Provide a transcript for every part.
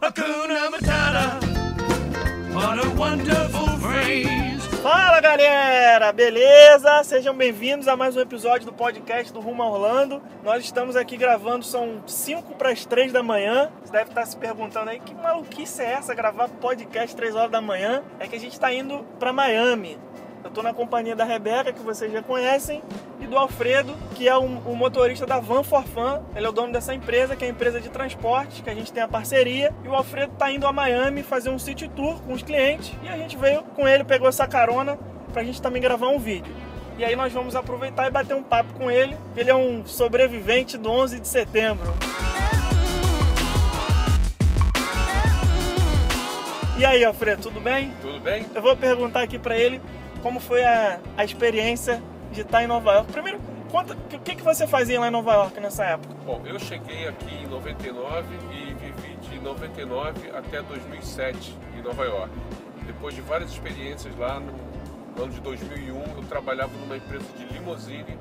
Hakuna Matata, what a wonderful phrase. Fala galera, beleza? Sejam bem-vindos a mais um episódio do podcast do Rumo a Orlando. Nós estamos aqui gravando, são 5 para as 3 da manhã. Você deve estar se perguntando aí, que maluquice é essa, gravar podcast 3 horas da manhã? É que a gente está indo para Miami. Eu estou na companhia da Rebeca, que vocês já conhecem, e do Alfredo, que é o motorista da Van for Fun. Ele é o dono dessa empresa, que é a empresa de transporte, que a gente tem a parceria. E o Alfredo está indo a Miami fazer um city tour com os clientes. E a gente veio com ele, pegou essa carona para a gente também gravar um vídeo. E aí nós vamos aproveitar e bater um papo com ele. Ele é um sobrevivente do 11 de setembro. E aí, Alfredo, tudo bem? Tudo bem? Eu vou perguntar aqui para ele como foi a experiência de estar em Nova York. Primeiro, conta o que você fazia lá em Nova York nessa época. Bom, eu cheguei aqui em 99 e vivi de 99 até 2007 em Nova York. Depois de várias experiências lá, no ano de 2001, eu trabalhava numa empresa de limusine.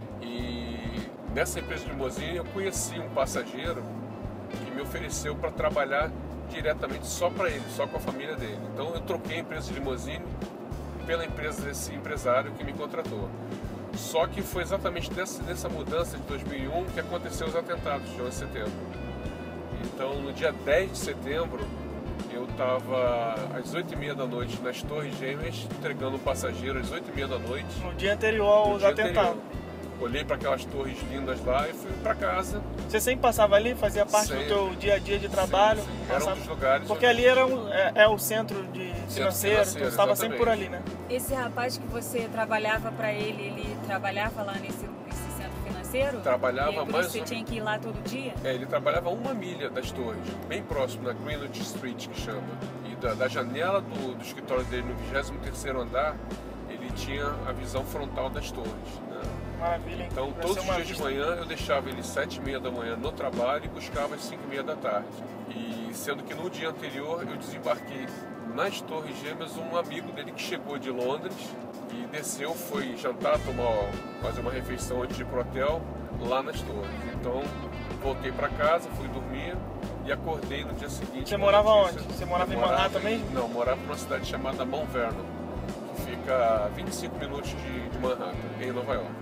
E nessa empresa de limusine eu conheci um passageiro que me ofereceu para trabalhar diretamente só para ele, só com a família dele. Então eu troquei a empresa de limusine pela empresa desse empresário que me contratou. Só que foi exatamente nessa mudança de 2001 que aconteceu os atentados de 11 de setembro. Então, no dia 10 de setembro, eu estava às 8h30 da noite nas Torres Gêmeas, entregando um passageiro às 8h30 da noite. No dia anterior aos atentados. Olhei para aquelas torres lindas lá e fui para casa. Você sempre passava ali? Fazia parte Sempre. do teu dia a dia de trabalho? Sim. Passava... Era um dos lugares. Porque ali é o centro financeiro, então você estava sempre por ali, né? Esse rapaz que você trabalhava para ele trabalhava lá nesse centro financeiro? Trabalhava e aí, mais você tinha que ir lá todo dia? Ele trabalhava a 1 milha das torres, bem próximo, na Greenwich Street, que chama. E da janela do escritório dele, no 23º andar, ele tinha a visão frontal das torres, né? Maravilha, hein? Então, Vai todos ser os uma dias de vista. manhã eu deixava ele às 7h30 da manhã no trabalho e buscava às 5h30 da tarde. E sendo que no dia anterior eu desembarquei nas Torres Gêmeas um amigo dele que chegou de Londres e desceu, foi jantar, fazer uma refeição antes de ir pro hotel lá nas torres. Então voltei para casa, fui dormir e acordei no dia seguinte. Você morava onde? Você morava em Manhattan mesmo? Não, morava numa cidade chamada Mount Vernon, que fica a 25 minutos de Manhattan, em Nova York.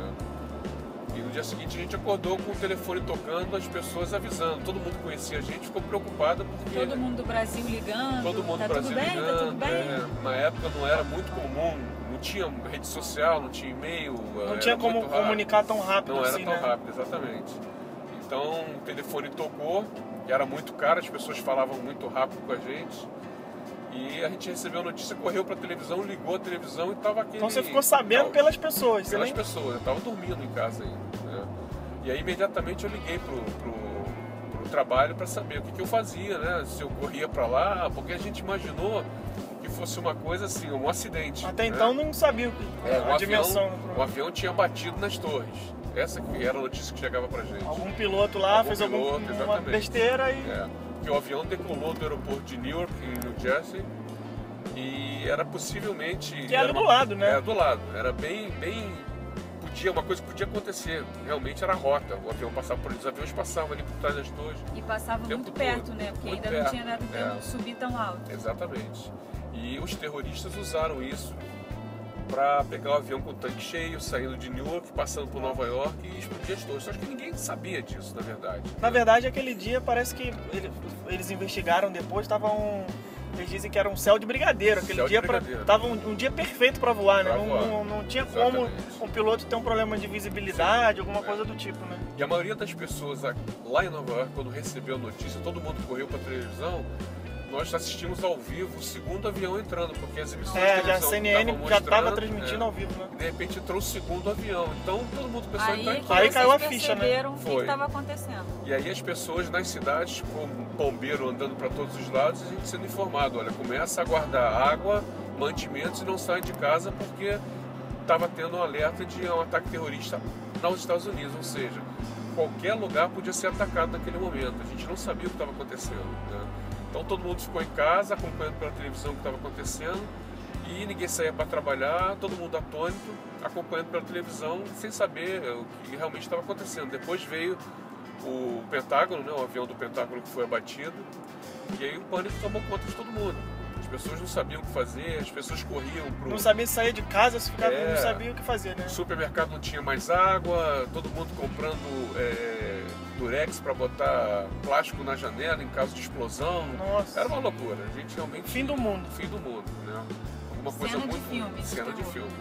E no dia seguinte a gente acordou com o telefone tocando, as pessoas avisando. Todo mundo conhecia a gente, ficou preocupado porque... Todo mundo do Brasil ligando? Todo mundo tá do Brasil tudo bem? ligando. Tá tudo bem? Na época não era muito comum, não tinha rede social, não tinha e-mail. Não tinha como comunicar tão rápido não assim, era tão né? rápido, exatamente. Então o telefone tocou, e era muito caro, as pessoas falavam muito rápido com a gente. E a gente recebeu a notícia, correu para a televisão, ligou a televisão e estava aquele... Então você ficou sabendo caos. pelas pessoas, você Pelas nem... pessoas, eu estava dormindo em casa ainda, né? E aí imediatamente eu liguei pro trabalho para saber o que eu fazia, né? Se eu corria para lá, porque a gente imaginou que fosse uma coisa assim, um acidente. Até né? então não sabia a dimensão. O avião tinha batido nas torres. Essa que era a notícia que chegava pra gente. Algum piloto lá fez alguma exatamente. besteira e... Que o avião decolou do aeroporto de Newark, em New Jersey, e era possivelmente... Que era do lado, né? Era do lado. Era bem... uma coisa que podia acontecer. Realmente era a rota. O avião passava por... Os aviões passavam ali por trás das torres. E passava muito todo. perto, né? Porque Muito ainda perto. não tinha dado tempo de subir tão alto. Exatamente. E os terroristas usaram isso para pegar o avião com o tanque cheio, saindo de Newark, passando por Nova York e explodir as torres. Só que ninguém sabia disso, na verdade. Na verdade, aquele dia parece que eles investigaram depois, eles dizem que era um céu de brigadeiro. Aquele dia tava um dia perfeito para voar, né? Não tinha como um piloto ter um problema de visibilidade, alguma coisa do tipo, né? E a maioria das pessoas lá em Nova York, quando recebeu a notícia, todo mundo correu para a televisão. Nós assistimos ao vivo o segundo avião entrando, porque as emissões de televisão a CNN já estava transmitindo ao vivo, né? E de repente entrou o segundo avião. Então todo mundo pensou em estar Aí caiu a ficha, né? O que estava acontecendo. E aí as pessoas nas cidades, com um bombeiro andando para todos os lados, a gente sendo informado, olha, começa a guardar água, mantimentos e não sai de casa porque estava tendo um alerta de um ataque terrorista nos Estados Unidos, ou seja, qualquer lugar podia ser atacado naquele momento. A gente não sabia o que estava acontecendo, né? Então todo mundo ficou em casa, acompanhando pela televisão o que estava acontecendo, e ninguém saía para trabalhar, todo mundo atônito, acompanhando pela televisão, sem saber o que realmente estava acontecendo. Depois veio o Pentágono, né, o avião do Pentágono que foi abatido, E aí o pânico tomou conta de todo mundo. As pessoas não sabiam o que fazer, as pessoas corriam pro... Não sabia sair de casa, não sabia o que fazer, né? O supermercado não tinha mais água, todo mundo comprando durex para botar plástico na janela em caso de explosão. Nossa. Era uma loucura. A gente realmente... Fim do mundo. Fim do mundo, né? Uma coisa Cena de muito... filme, Cena de filme.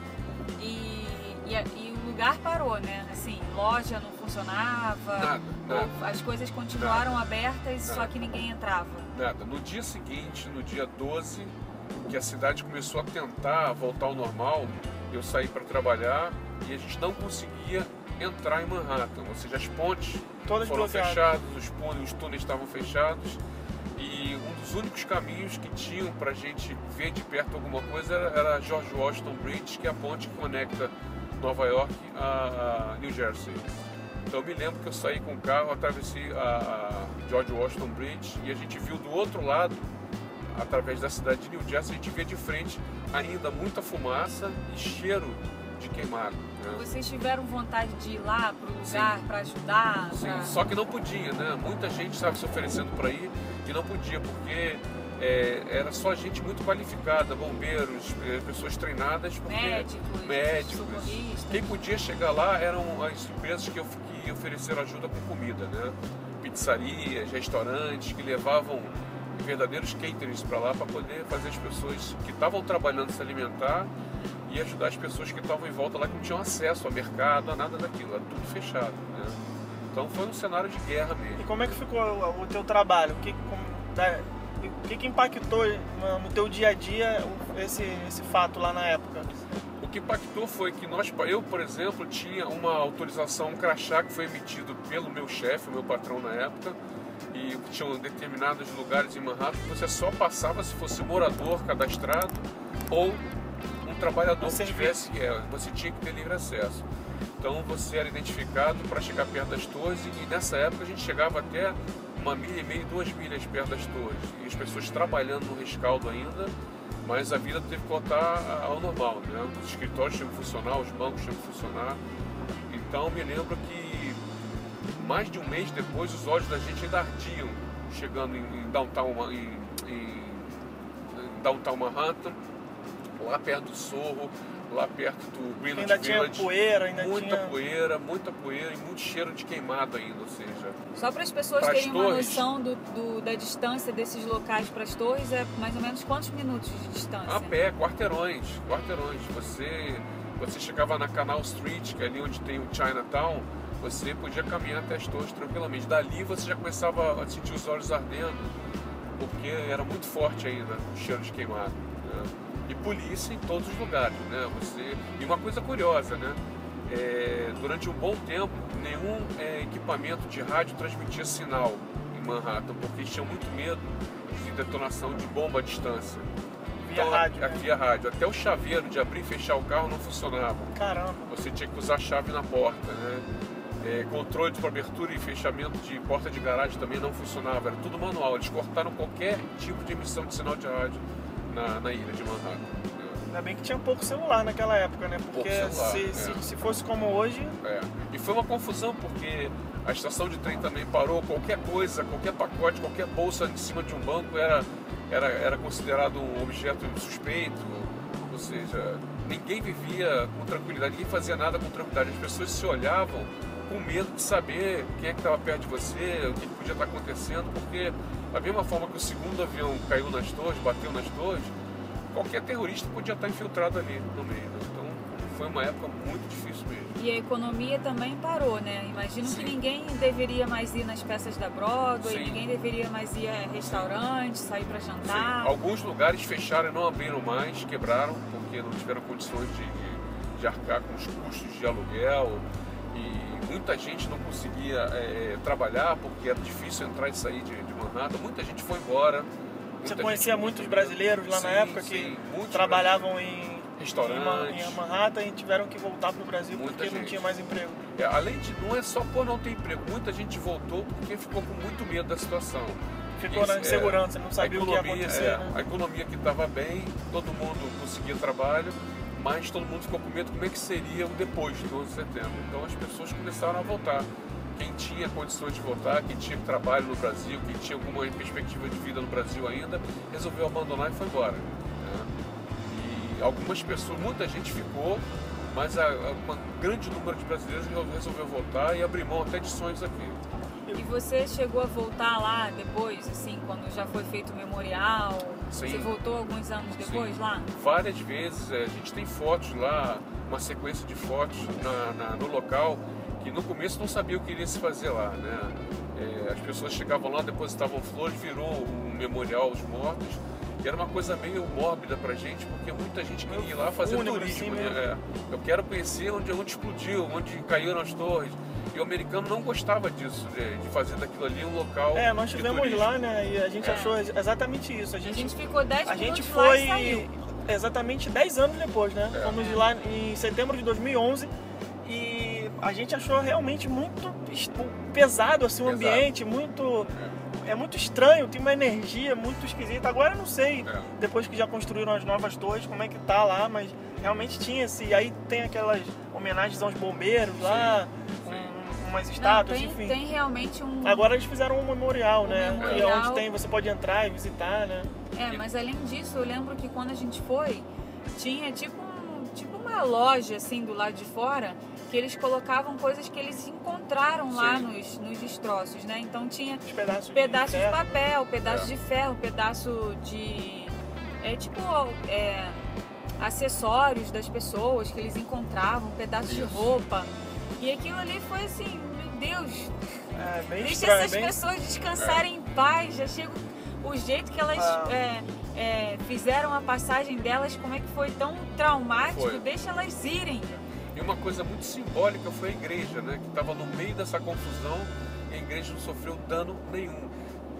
E o lugar parou, né? Assim, loja não funcionava, Nada. as coisas continuaram abertas, só que ninguém entrava. Nada. No dia seguinte, no dia 12, que a cidade começou a tentar voltar ao normal, eu saí para trabalhar e a gente não conseguia entrar em Manhattan. Ou seja, as pontes Todas foram bloqueadas. fechadas, os túneis estavam fechados e um dos únicos caminhos que tinham para a gente ver de perto alguma coisa era a George Washington Bridge, que é a ponte que conecta Nova York a New Jersey. Então eu me lembro que eu saí com o carro, atravessei a George Washington Bridge e a gente viu do outro lado, através da cidade de New Jersey, a gente via de frente ainda muita fumaça e cheiro de queimado. Né? Vocês tiveram vontade de ir lá pro lugar para ajudar? Sim, só que não podia, né? Muita gente estava se oferecendo para ir e não podia, porque era só gente muito qualificada, bombeiros, pessoas treinadas, porque médicos. Socorristas. Quem podia chegar lá eram as empresas que ofereceram ajuda com comida, né? Pizzarias, restaurantes que levavam verdadeiros caterings para lá para poder fazer as pessoas que estavam trabalhando se alimentar e ajudar as pessoas que estavam em volta lá que não tinham acesso ao mercado, a nada daquilo, era tudo fechado, né? Então foi um cenário de guerra mesmo. E como é que ficou o teu trabalho? O que impactou no teu dia a dia esse fato lá na época? O que impactou foi que eu, por exemplo, tinha uma autorização, um crachá que foi emitido pelo meu chefe, o meu patrão na época, e tinham determinados lugares em Manhattan que você só passava se fosse morador cadastrado ou um trabalhador que tivesse, você tinha que ter livre acesso. Então você era identificado para chegar perto das torres e nessa época a gente chegava até 1,5 milha, 2 milhas perto das torres. E as pessoas trabalhando no rescaldo ainda, mas a vida teve que voltar ao normal, né? Os escritórios tinham que funcionar, os bancos tinham que funcionar. Então me lembro que mais de um mês depois os olhos da gente ainda ardiam, chegando em Downtown Manhattan, lá perto do Sorro, lá perto do Greenwich Ainda Village. tinha poeira, Muita poeira e muito cheiro de queimado ainda, ou seja... Só para as pessoas Pras terem uma torres. noção da distância desses locais para as torres, é mais ou menos quantos minutos de distância? A pé, quarteirões. Você chegava na Canal Street, que é ali onde tem o Chinatown, você podia caminhar até as torres tranquilamente. Dali você já começava a sentir os olhos ardendo, porque era muito forte ainda o cheiro de queimado, né? E polícia em todos os lugares, né? E uma coisa curiosa, né? Durante um bom tempo, nenhum equipamento de rádio transmitia sinal em Manhattan, porque eles tinham muito medo de detonação de bomba à distância. Via rádio. Até o chaveiro de abrir e fechar o carro não funcionava. Caramba. Você tinha que usar a chave na porta, né? Controle de abertura e fechamento de porta de garagem também não funcionava, era tudo manual. Eles cortaram qualquer tipo de emissão de sinal de rádio na ilha de Manhattan. Ainda bem que tinha pouco celular naquela época, né? Porque se fosse como hoje... E foi uma confusão, porque a estação de trem também parou, qualquer coisa, qualquer pacote, qualquer bolsa em cima de um banco era considerado um objeto suspeito, ou seja, ninguém vivia com tranquilidade, ninguém fazia nada com tranquilidade, as pessoas se olhavam com medo de saber quem é que estava perto de você, o que podia estar acontecendo, porque da mesma forma que o segundo avião caiu nas torres, bateu nas torres, qualquer terrorista podia estar infiltrado ali no meio, né? Então foi uma época muito difícil mesmo. E a economia também parou, né? Imagino que ninguém deveria mais ir nas peças da Broadway, ninguém deveria mais ir a restaurantes, sair para jantar. Alguns lugares fecharam e não abriram mais, quebraram, porque não tiveram condições de arcar com os custos de aluguel. E muita gente não conseguia trabalhar porque era difícil entrar e sair de Manhattan. Muita gente foi embora. Você conhecia muitos brasileiros lá na época que trabalhavam em restaurantes em Manhattan e tiveram que voltar para o Brasil porque não tinha mais emprego. Além de, não é só por não ter emprego, muita gente voltou porque ficou com muito medo da situação. Ficou na insegurança, não sabia o que ia acontecer. Né? A economia que estava bem, todo mundo conseguia trabalho, mas todo mundo ficou com medo como é que seria o depois do 11 de setembro. Então as pessoas começaram a voltar. quem tinha condições de voltar, quem tinha trabalho no Brasil, quem tinha alguma perspectiva de vida no Brasil ainda, resolveu abandonar e foi embora, né? E algumas pessoas, muita gente ficou, mas um grande número de brasileiros resolveu voltar e abrir mão até de sonhos aqui. E você chegou a voltar lá depois, assim, quando já foi feito o memorial? Sim. Você voltou alguns anos depois? Sim. Lá? Várias vezes. A gente tem fotos lá, uma sequência de fotos no local, que no começo não sabia o que iria se fazer lá, né? As pessoas chegavam lá, depositavam flores, virou um memorial aos mortos. E era uma coisa meio mórbida pra gente, porque muita gente queria ir lá fazer turismo, né? Eu quero conhecer onde explodiu, onde caíram as torres. E o americano não gostava disso, de fazer daquilo ali um local. Nós estivemos lá, né? E a gente achou exatamente isso. A gente ficou 10 minutos. A gente lá foi e saiu. Exatamente 10 anos depois, né? Fomos de lá em setembro de 2011 e a gente achou realmente muito pesado assim, o ambiente, muito. É muito estranho, tem uma energia muito esquisita. Agora eu não sei, depois que já construíram as novas torres, como é que tá lá, mas realmente tinha esse. Aí tem aquelas homenagens aos bombeiros lá, umas estátuas, enfim. Tem realmente um. Agora eles fizeram um memorial, né? Memorial. E onde você pode entrar e visitar, né? Mas além disso, eu lembro que quando a gente foi, tinha tipo uma loja assim do lado de fora, que eles colocavam coisas que eles encontraram lá nos destroços, né? Então tinha pedaços de papel, pedaço de ferro, pedaço de acessórios das pessoas que eles encontravam, pedaços de roupa. E aquilo ali foi assim, meu Deus, deixa essas pessoas descansarem em paz. Já chega o jeito que elas fizeram a passagem delas, como é que foi tão traumático, deixa elas irem. E uma coisa muito simbólica foi a igreja, né? Que estava no meio dessa confusão e a igreja não sofreu dano nenhum.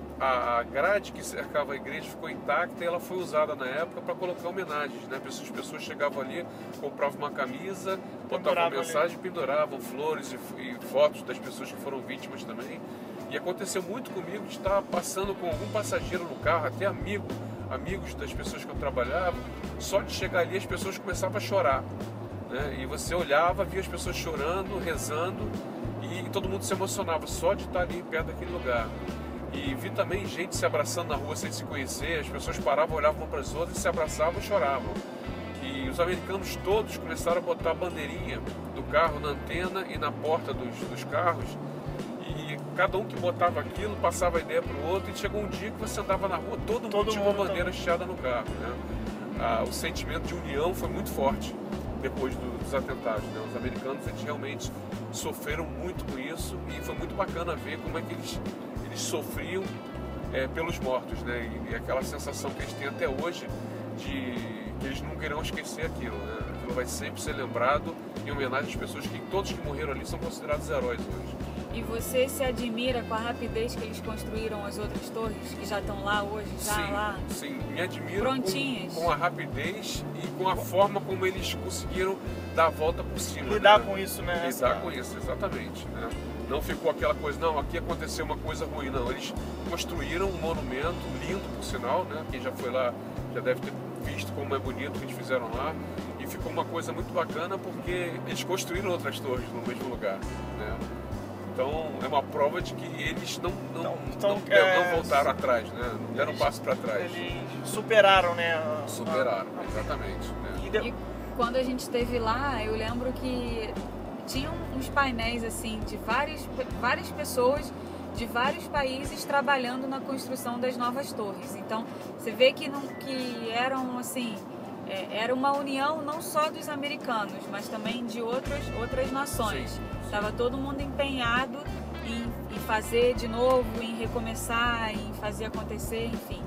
A grade que cercava a igreja ficou intacta e ela foi usada na época para colocar homenagens, né? As pessoas chegavam ali, compravam uma camisa, botavam mensagem, penduravam flores e fotos das pessoas que foram vítimas também. E aconteceu muito comigo de estar passando com algum passageiro no carro, até amigos das pessoas que eu trabalhava, só de chegar ali as pessoas começavam a chorar, né? E você olhava, via as pessoas chorando, rezando e todo mundo se emocionava só de estar ali perto daquele lugar. E vi também gente se abraçando na rua sem se conhecer, as pessoas paravam, olhavam umas para as outras e se abraçavam e choravam. E os americanos todos começaram a botar bandeirinha do carro na antena e na porta dos carros. E cada um que botava aquilo passava a ideia para o outro, e chegou um dia que você andava na rua, todo mundo tinha uma bandeira hasteada no carro, né? O sentimento de união foi muito forte depois dos atentados, né? Os americanos eles realmente sofreram muito com isso e foi muito bacana ver como é que eles sofriam pelos mortos, né? E aquela sensação que eles têm até hoje de que eles nunca irão esquecer aquilo, né? Aquilo vai sempre ser lembrado em homenagem às pessoas que todos que morreram ali são considerados heróis hoje. E você se admira com a rapidez que eles construíram as outras torres que já estão lá hoje, Sim, me admiro prontinhas, com a rapidez e com a forma como eles conseguiram dar a volta por cima. Lidar com isso, né? Lidar com isso, exatamente, né? Não ficou aquela coisa, não, aqui aconteceu uma coisa ruim, não. Eles construíram um monumento lindo, por sinal, né? Quem já foi lá já deve ter visto como é bonito o que eles fizeram lá. E ficou uma coisa muito bacana porque eles construíram outras torres no mesmo lugar, né? Então é uma prova de que eles não voltaram atrás, né? Não deram um passo para trás. Eles superaram, né? Superaram, exatamente. Né? E quando a gente esteve lá, eu lembro que tinham uns painéis assim de várias pessoas de vários países trabalhando na construção das novas torres. Então você vê que eram assim, era uma união não só dos americanos, mas também de outras nações. Estava todo mundo empenhado em fazer de novo, em recomeçar, em fazer acontecer, enfim.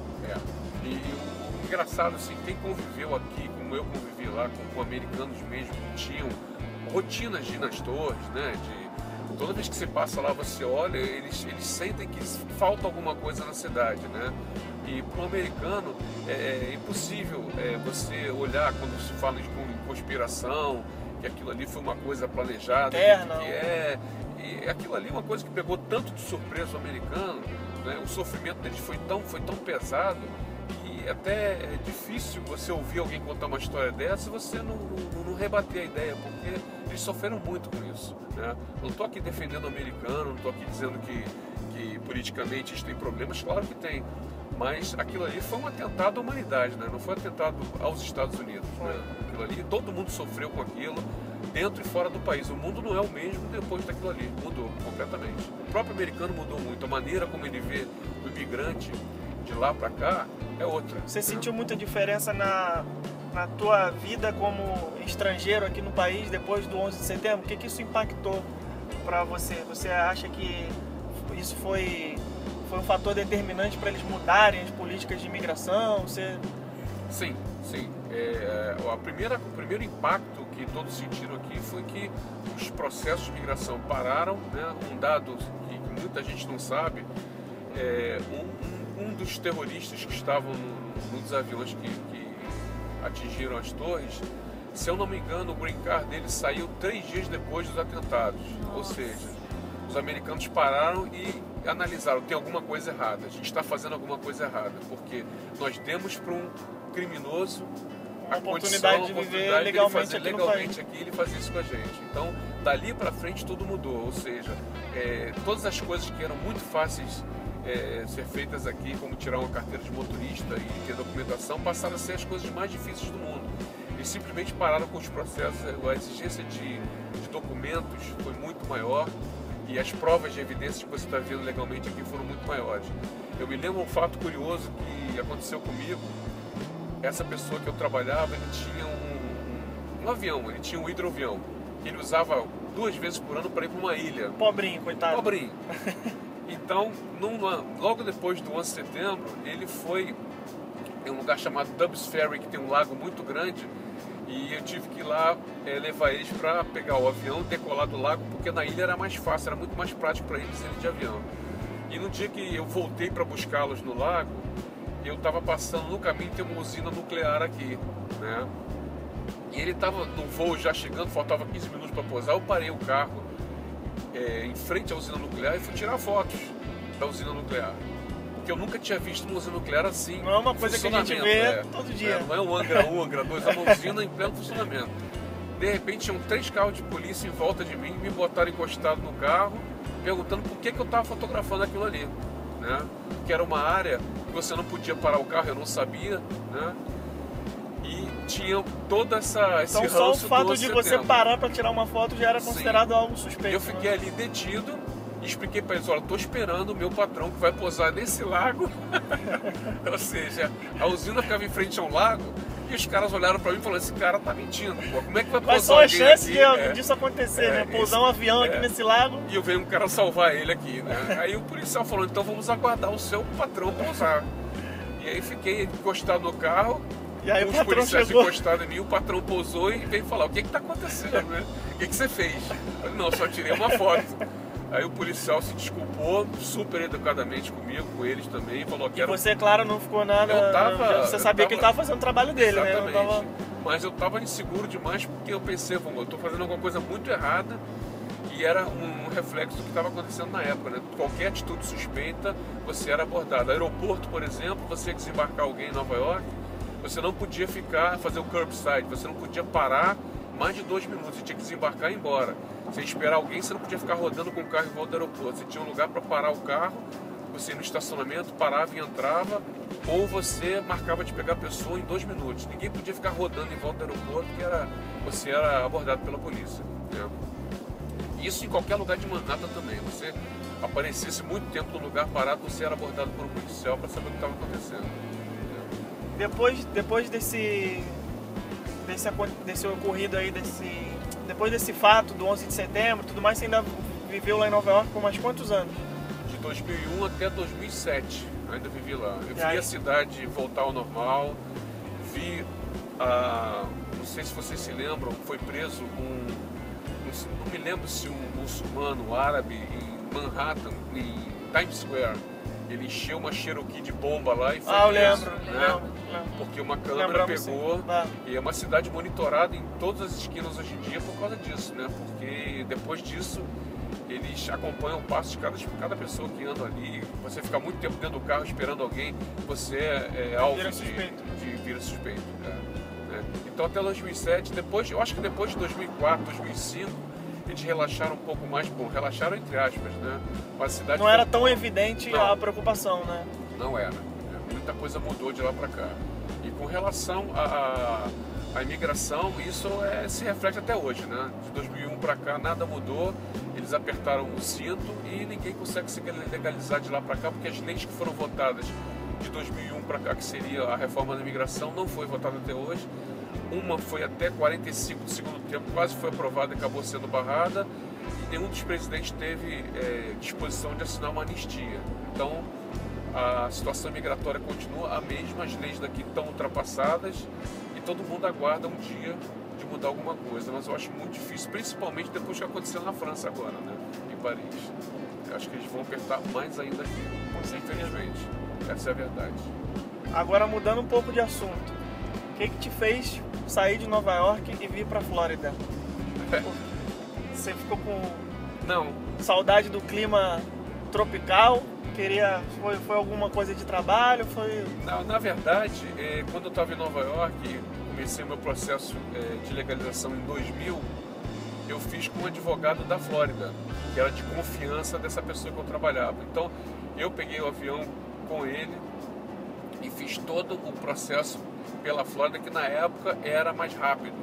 E o engraçado, assim, quem conviveu aqui, como eu convivi lá, com americanos mesmo, que tinham rotinas de ir nas torres, né? Toda vez que você passa lá, você olha, eles sentem que falta alguma coisa na cidade, né? E para um americano é impossível você olhar quando se fala de conspiração, que aquilo ali foi uma coisa planejada, e aquilo ali é uma coisa que pegou tanto de surpresa o americano, né? O sofrimento deles foi tão pesado que até é difícil você ouvir alguém contar uma história dessa e você não rebater a ideia, porque eles sofreram muito com isso, né? Não estou aqui defendendo o americano, não estou aqui dizendo que politicamente eles têm problemas, claro que tem, mas aquilo ali foi um atentado à humanidade, né? Não foi um atentado aos Estados Unidos, né? Aquilo ali, todo mundo sofreu com aquilo, dentro e fora do país. O mundo não é o mesmo depois daquilo ali, mudou completamente. O próprio americano mudou muito, a maneira como ele vê o imigrante de lá para cá é outra. Você sentiu muita diferença na tua vida como estrangeiro aqui no país depois do 11 de setembro? O que isso impactou para você? Você acha que isso foi um fator determinante para eles mudarem as políticas de imigração? Você... Sim. O primeiro impacto que todos sentiram aqui foi que os processos de imigração pararam, né? Um dado que muita gente não sabe, um dos terroristas que estavam nos aviões que atingiram as torres, se eu não me engano, o green card dele saiu 3 dias depois dos atentados. Nossa. Ou seja, os americanos pararam e analisaram, tem alguma coisa errada, a gente está fazendo alguma coisa errada, porque nós demos para um criminoso a oportunidade de viver legalmente aqui, ele fazia isso com a gente. Então, dali para frente tudo mudou, ou seja, todas as coisas que eram muito fáceis ser feitas aqui, como tirar uma carteira de motorista e ter documentação, passaram a ser as coisas mais difíceis do mundo. Eles simplesmente pararam com os processos, a exigência de documentos foi muito maior e as provas de evidência que você está vendo legalmente aqui foram muito maiores. Eu me lembro um fato curioso que aconteceu comigo. Essa pessoa que eu trabalhava, ele tinha um avião, ele tinha um hidroavião, que ele usava 2 vezes por ano para ir para uma ilha. Pobrinho, coitado. Pobrinho. Então, logo depois do 11 de setembro, ele foi em um lugar chamado Dobbs Ferry, que tem um lago muito grande, e eu tive que ir lá levar eles para pegar o avião, decolar do lago, porque na ilha era mais fácil, era muito mais prático para eles irem de avião. E no dia que eu voltei para buscá-los no lago, eu estava passando no caminho, tem uma usina nuclear aqui, né? E ele estava no voo já chegando, faltava 15 minutos para pousar, eu parei o carro em frente à usina nuclear e fui tirar fotos da usina nuclear. Porque eu nunca tinha visto uma usina nuclear assim. Não é uma coisa que a gente vê todo dia. Não é um Angra 1, Angra 2, é uma usina em pleno funcionamento. De repente tinham 3 carros de polícia em volta de mim, me botaram encostado no carro, perguntando por que eu estava fotografando aquilo ali, né? Que era uma área que você não podia parar o carro, eu não sabia, né? E tinha toda esse então só o fato de você parar para tirar uma foto já era considerado algo suspeito. Eu fiquei ali detido e expliquei para eles, olha, estou esperando o meu patrão que vai pousar nesse lago. Ou seja, a usina ficava em frente a um lago e os caras olharam para mim e falaram, esse cara tá mentindo, pô. Como é que vai pousar? Mas só a chance disso acontecer, né? Pousar um avião aqui nesse lago. E eu vejo um cara salvar ele aqui, né? Aí o policial falou, então vamos aguardar o seu patrão pousar. E aí fiquei encostado no carro. E aí os policiais encostados em mim, o patrão pousou e veio falar, o que está acontecendo, né? O que você fez? Eu falei, não, só tirei uma foto. Aí o policial se desculpou super educadamente comigo, com eles também, falou que era... E você, claro, não ficou nada... Você sabia que ele estava fazendo o trabalho dele, exatamente, né? Mas eu estava inseguro demais porque eu pensei, eu estou fazendo alguma coisa muito errada e era um reflexo do que estava acontecendo na época, né? Qualquer atitude suspeita, você era abordado. Aeroporto, por exemplo, você ia desembarcar alguém em Nova York, você não podia fazer o curbside, você não podia parar mais de 2 minutos, você tinha que desembarcar e ir embora. Você ia esperar alguém, você não podia ficar rodando com o carro em volta do aeroporto. Você tinha um lugar para parar o carro, você ia no estacionamento, parava e entrava, ou você marcava de pegar a pessoa em 2 minutos. Ninguém podia ficar rodando em volta do aeroporto, porque você era abordado pela polícia, né? Isso em qualquer lugar de Manhattan também. Você aparecesse muito tempo no lugar parado, você era abordado por um policial para saber o que estava acontecendo. Depois desse ocorrido aí, depois desse fato do 11 de setembro, tudo mais, você ainda viveu lá em Nova York por mais quantos anos? De 2001 até 2007, ainda vivi lá. Eu vi a cidade voltar ao normal, não sei se vocês se lembram, foi preso não me lembro se um muçulmano árabe em Manhattan, em Times Square. ele encheu uma Cherokee de bomba lá e foi Eu preso, lembro, né? lembro. Porque uma câmera Lembramos, pegou, sim. Ah. e é uma cidade monitorada em todas as esquinas hoje em dia por causa disso, né? Porque depois disso eles acompanham o passo de cada pessoa que anda ali. Você ficar muito tempo dentro do carro esperando alguém, você é alvo Vira de vira suspeito. Né? Então até 2007, eu acho que depois de 2004, 2005, eles relaxaram um pouco mais, relaxaram entre aspas, né? Mas a cidade Não era tão evidente Não. a preocupação, né? Não era. Muita coisa mudou de lá para cá. E com relação à imigração, isso se reflete até hoje, né? De 2001 para cá nada mudou, eles apertaram o cinto e ninguém consegue se legalizar de lá para cá, porque as leis que foram votadas de 2001 para cá, que seria a reforma da imigração, não foi votada até hoje. Uma foi até 45 do segundo tempo, quase foi aprovada e acabou sendo barrada, e nenhum dos presidentes teve disposição de assinar uma anistia. Então a situação migratória continua a mesma, as leis daqui estão ultrapassadas e todo mundo aguarda um dia de mudar alguma coisa, mas eu acho muito difícil, principalmente depois que aconteceu na França agora, né? Em Paris. Eu acho que eles vão apertar mais ainda aqui, infelizmente. Essa é a verdade. Agora mudando um pouco de assunto, o que te fez sair de Nova York e vir pra Flórida? Você ficou com Não, saudade do clima tropical? Foi alguma coisa de trabalho? na verdade, quando eu estava em Nova York, comecei meu processo de legalização em 2000, eu fiz com um advogado da Flórida, que era de confiança dessa pessoa que eu trabalhava. Então, eu peguei o avião com ele e fiz todo o processo pela Flórida, que na época era mais rápido.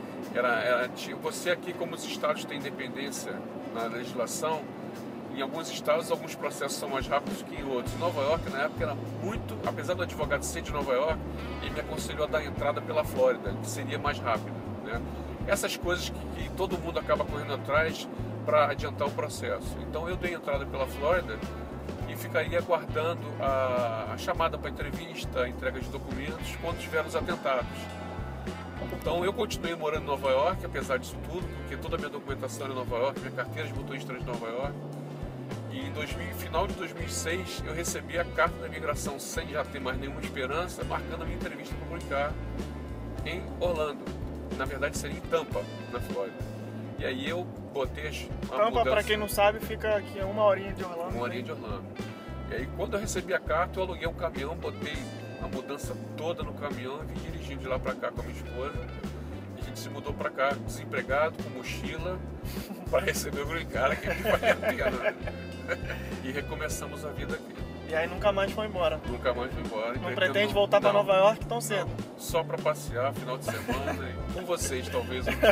Você aqui, como os estados têm independência na legislação, em alguns estados, alguns processos são mais rápidos que em outros. Em Nova York, na época, era muito... Apesar do advogado ser de Nova York, ele me aconselhou a dar entrada pela Flórida, que seria mais rápido, né? Essas coisas que todo mundo acaba correndo atrás para adiantar o processo. Então, eu dei entrada pela Flórida e ficaria aguardando a chamada para entrevista, a entrega de documentos, quando tiveram os atentados. Então, eu continuei morando em Nova York, apesar disso tudo, porque toda a minha documentação era em Nova York, minha carteira de motorista era de Nova York. E em final de 2006 eu recebi a carta da imigração sem já ter mais nenhuma esperança, marcando a minha entrevista para publicar em Orlando. Na verdade seria em Tampa, na Flórida. E aí eu botei Tampa, para quem não sabe, fica aqui a 1 horinha de Orlando. 1 horinha de Orlando. E aí quando eu recebi a carta, eu aluguei um caminhão, botei a mudança toda no caminhão e vim dirigindo de lá para cá com a minha esposa. A gente se mudou para cá desempregado, com mochila, para receber o green card, que valia a pena. E recomeçamos a vida aqui. E aí nunca mais foi embora. Nunca mais fui embora. Não pretende voltar para Nova York tão cedo? Não, só para passear, final de semana, e com vocês talvez um dia.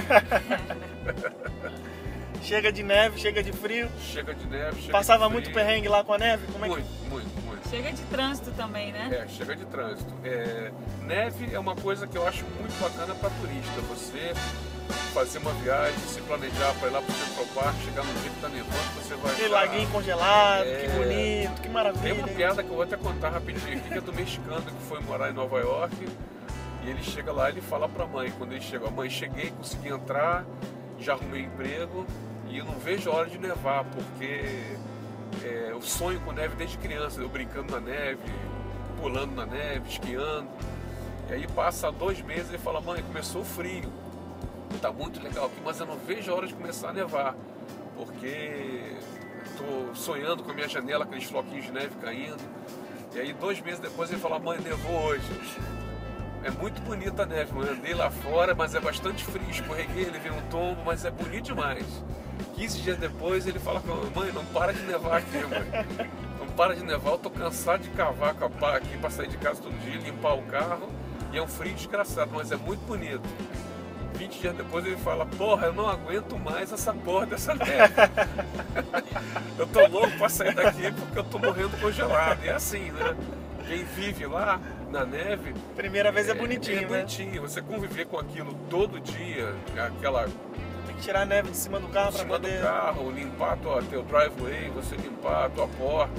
Chega de neve, chega de frio. Chega de neve, chega Passava de frio. muito perrengue lá com a neve? Como é que... Muito. Chega de trânsito também, né? Chega de trânsito. Neve é uma coisa que eu acho muito bacana para turista. Você fazer uma viagem, se planejar para ir lá para o Central Park, chegar no dia que está nevando, você vai Aquele laguinho congelado, que bonito, que maravilha. Tem uma piada que eu vou até contar rapidinho aqui, que é do mexicano que foi morar em Nova York. E ele chega lá e ele fala para a mãe, quando ele chega, mãe, cheguei, consegui entrar, já arrumei emprego e eu não vejo a hora de nevar, porque eu sonho com neve desde criança, eu brincando na neve, pulando na neve, esquiando. E aí passa 2 meses e ele fala, mãe, começou o frio, tá muito legal aqui, mas eu não vejo a hora de começar a nevar, porque tô sonhando com a minha janela, aqueles floquinhos de neve caindo. E aí 2 meses depois ele fala, mãe, nevou hoje. É muito bonita a neve, eu andei lá fora, mas é bastante frio, escorreguei, levei um tombo, mas é bonito demais. 15 dias depois ele fala com a mãe, não para de nevar aqui, mãe. Não para de nevar, eu tô cansado de cavar com a pá aqui para sair de casa todo dia, limpar o carro, e é um frio desgraçado, mas é muito bonito. 20 dias depois ele fala, porra, eu não aguento mais essa porra dessa neve. Eu tô louco pra sair daqui porque eu tô morrendo congelado. E é assim, né? Quem vive lá na neve... Primeira vez é bonitinho, né? É bonitinho. Você conviver com aquilo todo dia, aquela... Tem que tirar a neve de cima do carro para poder... do carro, limpar teu driveway, você limpar a tua porta.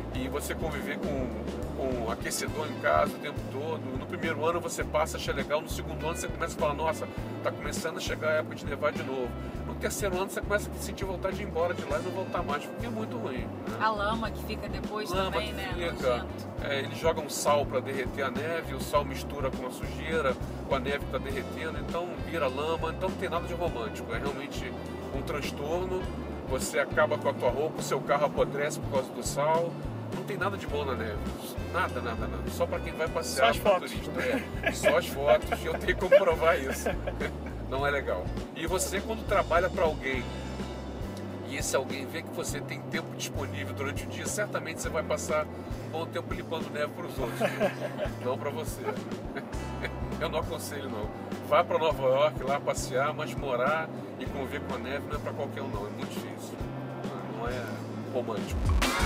e você conviver com aquecedor em casa o tempo todo. No primeiro ano você passa, acha legal, no segundo ano você começa a falar, nossa, tá começando a chegar a época de nevar de novo. No terceiro ano você começa a sentir vontade de ir embora de lá e não voltar mais, porque é muito ruim, né? A lama que fica depois também, né? Fica. Eles jogam sal para derreter a neve, o sal mistura com a sujeira, com a neve que está derretendo, então vira lama, então não tem nada de romântico, é realmente um transtorno. Você acaba com a tua roupa, o seu carro apodrece por causa do sal. Não tem nada de bom na neve. Nada. Só para quem vai passear, só as fotos. turista. Só as fotos, eu tenho como provar isso. Não é legal. E você, quando trabalha para alguém, e esse alguém vê que você tem tempo disponível durante o dia, certamente você vai passar um bom tempo limpando neve para os outros. Não para você. Eu não aconselho, não. Vá para Nova York lá passear, mas morar e conviver com a neve não é para qualquer um, não. É muito difícil. Não é romântico.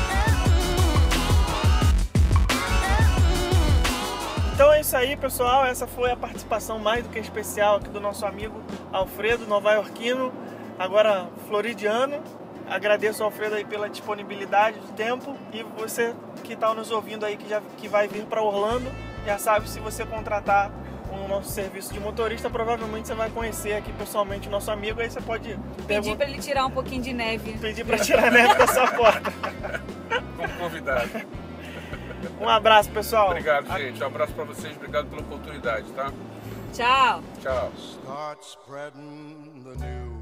Então é isso aí, pessoal. Essa foi a participação mais do que especial aqui do nosso amigo Alfredo, nova-iorquino, agora floridiano. Agradeço ao Alfredo aí pela disponibilidade de tempo, e você que está nos ouvindo aí, que vai vir para Orlando, já sabe, se você contratar o nosso serviço de motorista, provavelmente você vai conhecer aqui pessoalmente o nosso amigo, aí você pode pedir para ele tirar um pouquinho de neve. Pedir para tirar a neve da sua porta. Como convidado. Um abraço, pessoal. Obrigado, gente. Um abraço para vocês. Obrigado pela oportunidade, tá? Tchau. Tchau. Start spreading the news.